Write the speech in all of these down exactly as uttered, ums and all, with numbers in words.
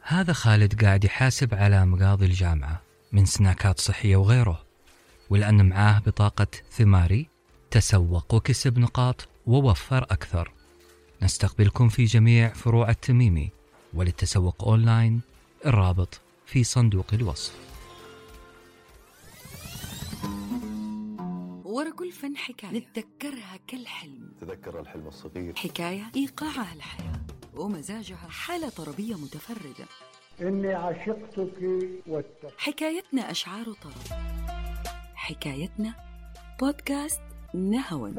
هذا خالد قاعد يحاسب على مقاضي الجامعة من سناكات صحية وغيره، ولأن معاه بطاقة ثماري تسوق وكسب نقاط ووفر أكثر. نستقبلكم في جميع فروع التميمي، وللتسوق أونلاين الرابط في صندوق الوصف. ورا كل فن حكاية نتذكرها كالحلم، تذكر الحلم الصغير، حكاية إيقاعها الحياة ومزاجها حالة طربية متفردة. إني عشقتك والتف... حكايتنا أشعار طرب، حكايتنا بودكاست نهوى.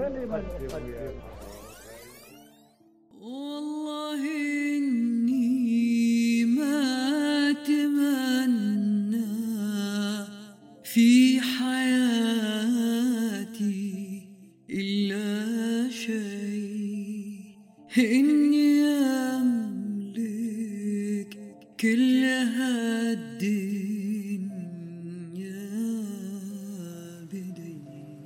والله إني ما أتمنى في حياتي إلا شيء، إني أملك كل هالدنيا بدي.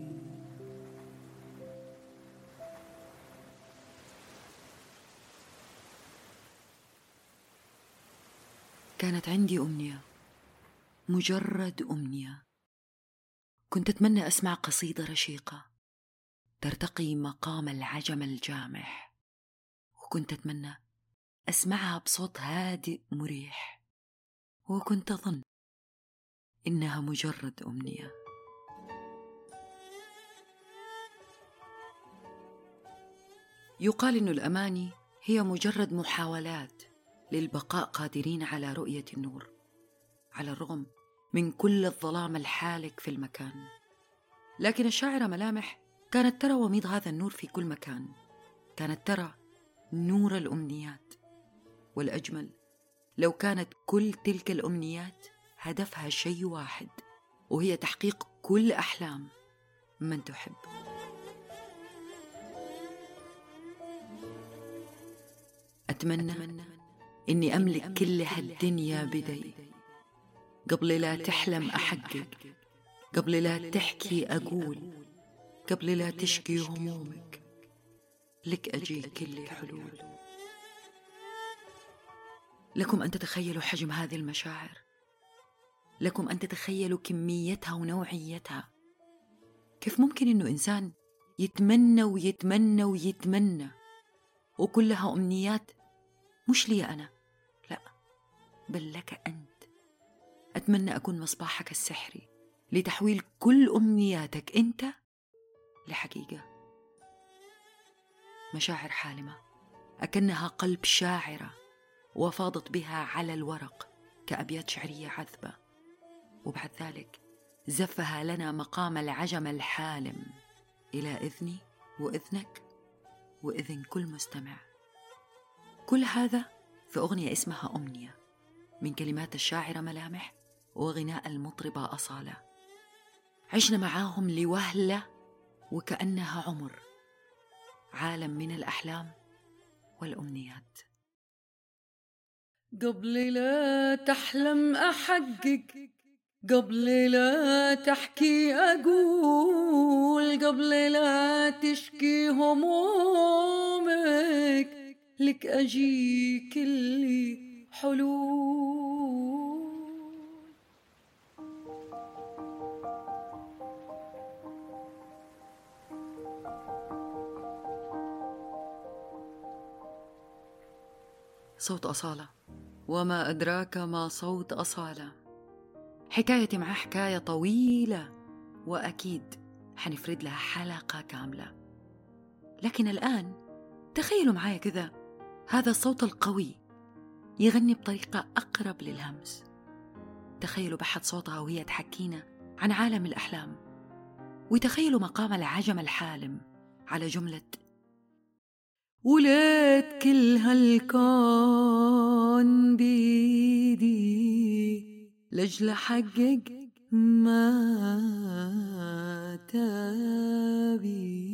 كانت عندي أمنية، مجرد أمنية. كنت أتمنى أسمع قصيدة رشيقة ترتقي مقام العجم الجامح، وكنت أتمنى أسمعها بصوت هادئ مريح، وكنت أظن إنها مجرد أمنية. يقال إن الأماني هي مجرد محاولات للبقاء قادرين على رؤية النور على الرغم من كل الظلام الحالك في المكان. لكن الشاعرة ملامح كانت ترى وميض هذا النور في كل مكان، كانت ترى نور الأمنيات. والأجمل لو كانت كل تلك الأمنيات هدفها شيء واحد، وهي تحقيق كل أحلام من تحب. أتمنى إني أملك كل هالدنيا بدي، قبل لا تحلم أحقق، قبل لا تحكي أقول، قبل لا تشكي همومك، لك أجي كل حلول. لكم أن تتخيلوا حجم هذه المشاعر، لكم أن تتخيلوا كميتها ونوعيتها. كيف ممكن إنه إنسان يتمنى ويتمنى ويتمنى وكلها أمنيات مش لي أنا، لا بل لك أنت. أتمنى أكون مصباحك السحري لتحويل كل أمنياتك أنت لحقيقة. مشاعر حالمة أكنها قلب شاعرة وفاضت بها على الورق كأبيات شعرية عذبة، وبعد ذلك زفها لنا مقام العجم الحالم إلى إذني وإذنك وإذن كل مستمع. كل هذا في أغنية اسمها أمنية، من كلمات الشاعرة ملامح وغناء المطربة أصالة. عشنا معاهم لوهلة وكأنها عمر، عالم من الأحلام والأمنيات. قبل لا تحلم أحقق، قبل لا تحكي أقول، قبل لا تشكي همومك، لك أجي كل حلول. صوت أصالة، وما أدراك ما صوت أصالة. حكايتي مع حكاية طويلة وأكيد حنفرد لها حلقة كاملة، لكن الآن تخيلوا معايا كذا هذا الصوت القوي يغني بطريقة أقرب للهمس. تخيلوا بحث صوتها وهي تحكينا عن عالم الأحلام، وتخيلوا مقام العجم الحالم على جملة وليت كل هالكون بيدي لجل حقق ما تبي.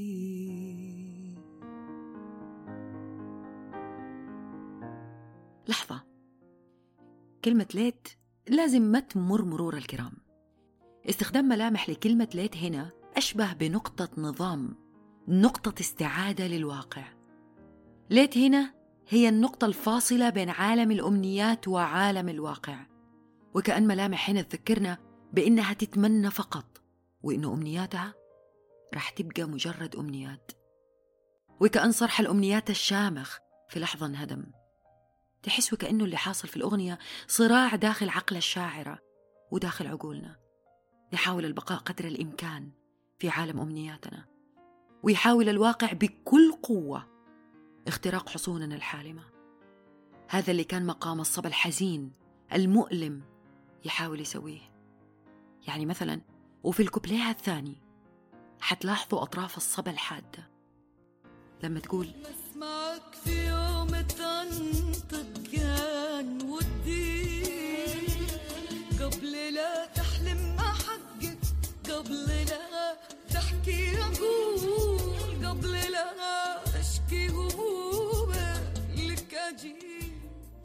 لحظة، كلمة ليت لازم ما تمر مرور الكرام. استخدام ملامح لكلمة ليت هنا أشبه بنقطة نظام، نقطة استعادة للواقع. ليت هنا هي النقطة الفاصلة بين عالم الأمنيات وعالم الواقع، وكأن ملامح هنا تذكرنا بإنها تتمنى فقط، وإنه أمنياتها رح تبقى مجرد أمنيات. وكأن صرح الأمنيات الشامخ في لحظة انهدم. تحس وكأنه اللي حاصل في الأغنية صراع داخل عقل الشاعرة وداخل عقولنا، نحاول البقاء قدر الإمكان في عالم أمنياتنا، ويحاول الواقع بكل قوة اختراق حصوننا الحالمة. هذا اللي كان مقام الصبا الحزين المؤلم يحاول يسويه. يعني مثلا وفي الكوبليه الثاني حتلاحظوا أطراف الصبا الحادة لما تقول اسمعك في يوم تنطق كان ودي قبل لا تحلم أحقق، قبل لا تحكي أقول، قبل لا أشكي همومك لك أجيب.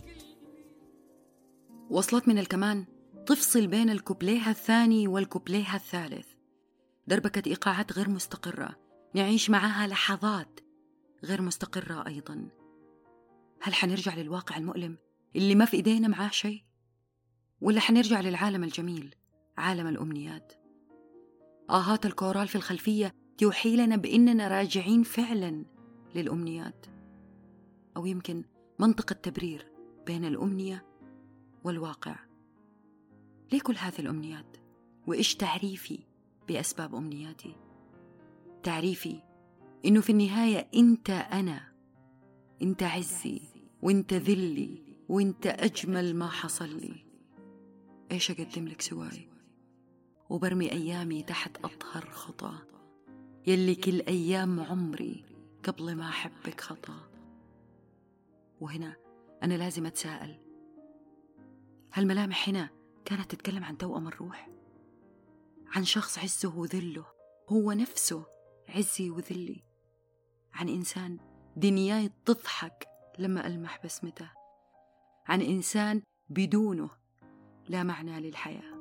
وصلت من الكمان تفصل بين الكوبليه الثاني والكوبليه الثالث، دربكة إيقاعات غير مستقرة نعيش معها لحظات غير مستقرة أيضاً. هل حنرجع للواقع المؤلم اللي ما في إيدينا معاه شيء؟ ولا حنرجع للعالم الجميل عالم الأمنيات؟ آهات الكورال في الخلفية توحي لنا بإننا راجعين فعلاً للأمنيات، أو يمكن منطق التبرير بين الأمنية والواقع. ليه كل هذه الأمنيات؟ وإيش تعريفي بأسباب أمنياتي؟ تعريفي إنه في النهاية أنت أنا، أنت عزي وأنت ذلي وأنت أجمل ما حصل لي. إيش أقدم لك سواي؟ وبرمي أيامي تحت أطهر خطى، يلي كل أيام عمري قبل ما أحبك خطأ. وهنا أنا لازم أتساءل، هل ملامح هنا كانت تتكلم عن توأم الروح؟ عن شخص عزه وذله هو نفسه عزي وذلي؟ عن إنسان دنياي تضحك لما ألمح بسمته؟ عن إنسان بدونه لا معنى للحياة؟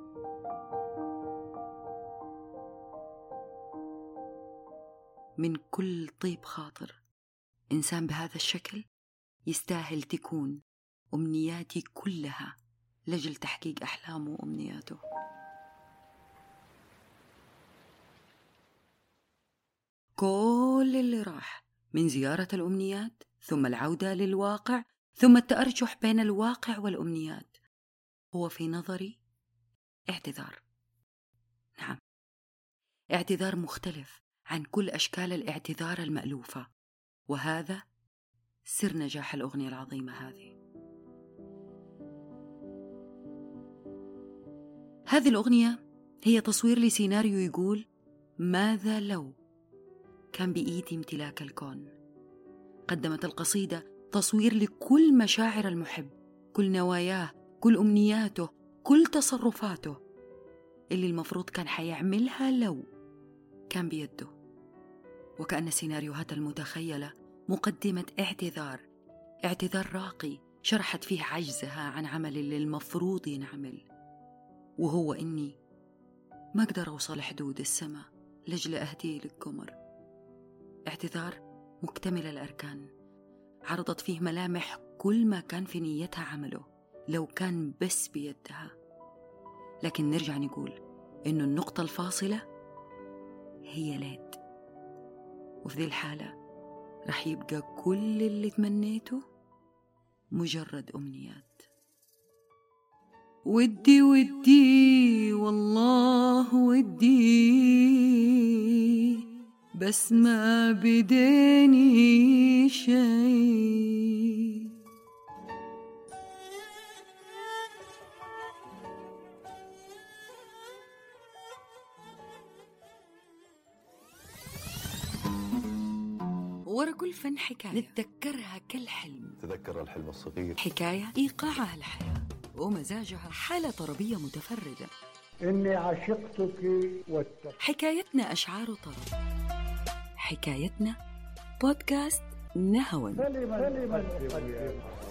من كل طيب خاطر إنسان بهذا الشكل يستاهل تكون أمنياتي كلها لجل تحقيق أحلامه وأمنياته. كل اللي راح من زيارة الأمنيات ثم العودة للواقع ثم التأرجح بين الواقع والأمنيات هو في نظري اعتذار. نعم، اعتذار مختلف عن كل أشكال الاعتذار المألوفة، وهذا سر نجاح الأغنية العظيمة هذه. هذه الأغنية هي تصوير لسيناريو يقول: ماذا لو كان بإيدي امتلاك الكون. قدمت القصيدة تصوير لكل مشاعر المحب، كل نواياه، كل أمنياته، كل تصرفاته اللي المفروض كان حيعملها لو كان بيده. وكأن السيناريوهات المتخيلة مقدمة اعتذار، اعتذار راقي شرحت فيه عجزها عن عمل اللي المفروض ينعمل، وهو إني ما أقدر أوصل حدود السماء لجل أهدي لك قمر. اعتذار مكتمل الأركان، عرضت فيه ملامح كل ما كان في نيتها عمله لو كان بس بيدها. لكن نرجع نقول إنه النقطة الفاصلة هي ليت، وفي ذي الحالة رح يبقى كل اللي تمنيته مجرد أمنيات. ودي ودي والله ودي، بس ما بديني شيء. ورا كل فن حكاية نتذكرها كالحلم، تذكر الحلم الصغير، حكاية إيقاعها الحياة ومزاجها حالة طربية متفردة. إني عشقتك واتقيت. حكايتنا أشعار طرب، حكايتنا بودكاست نهوى. فلمن قدم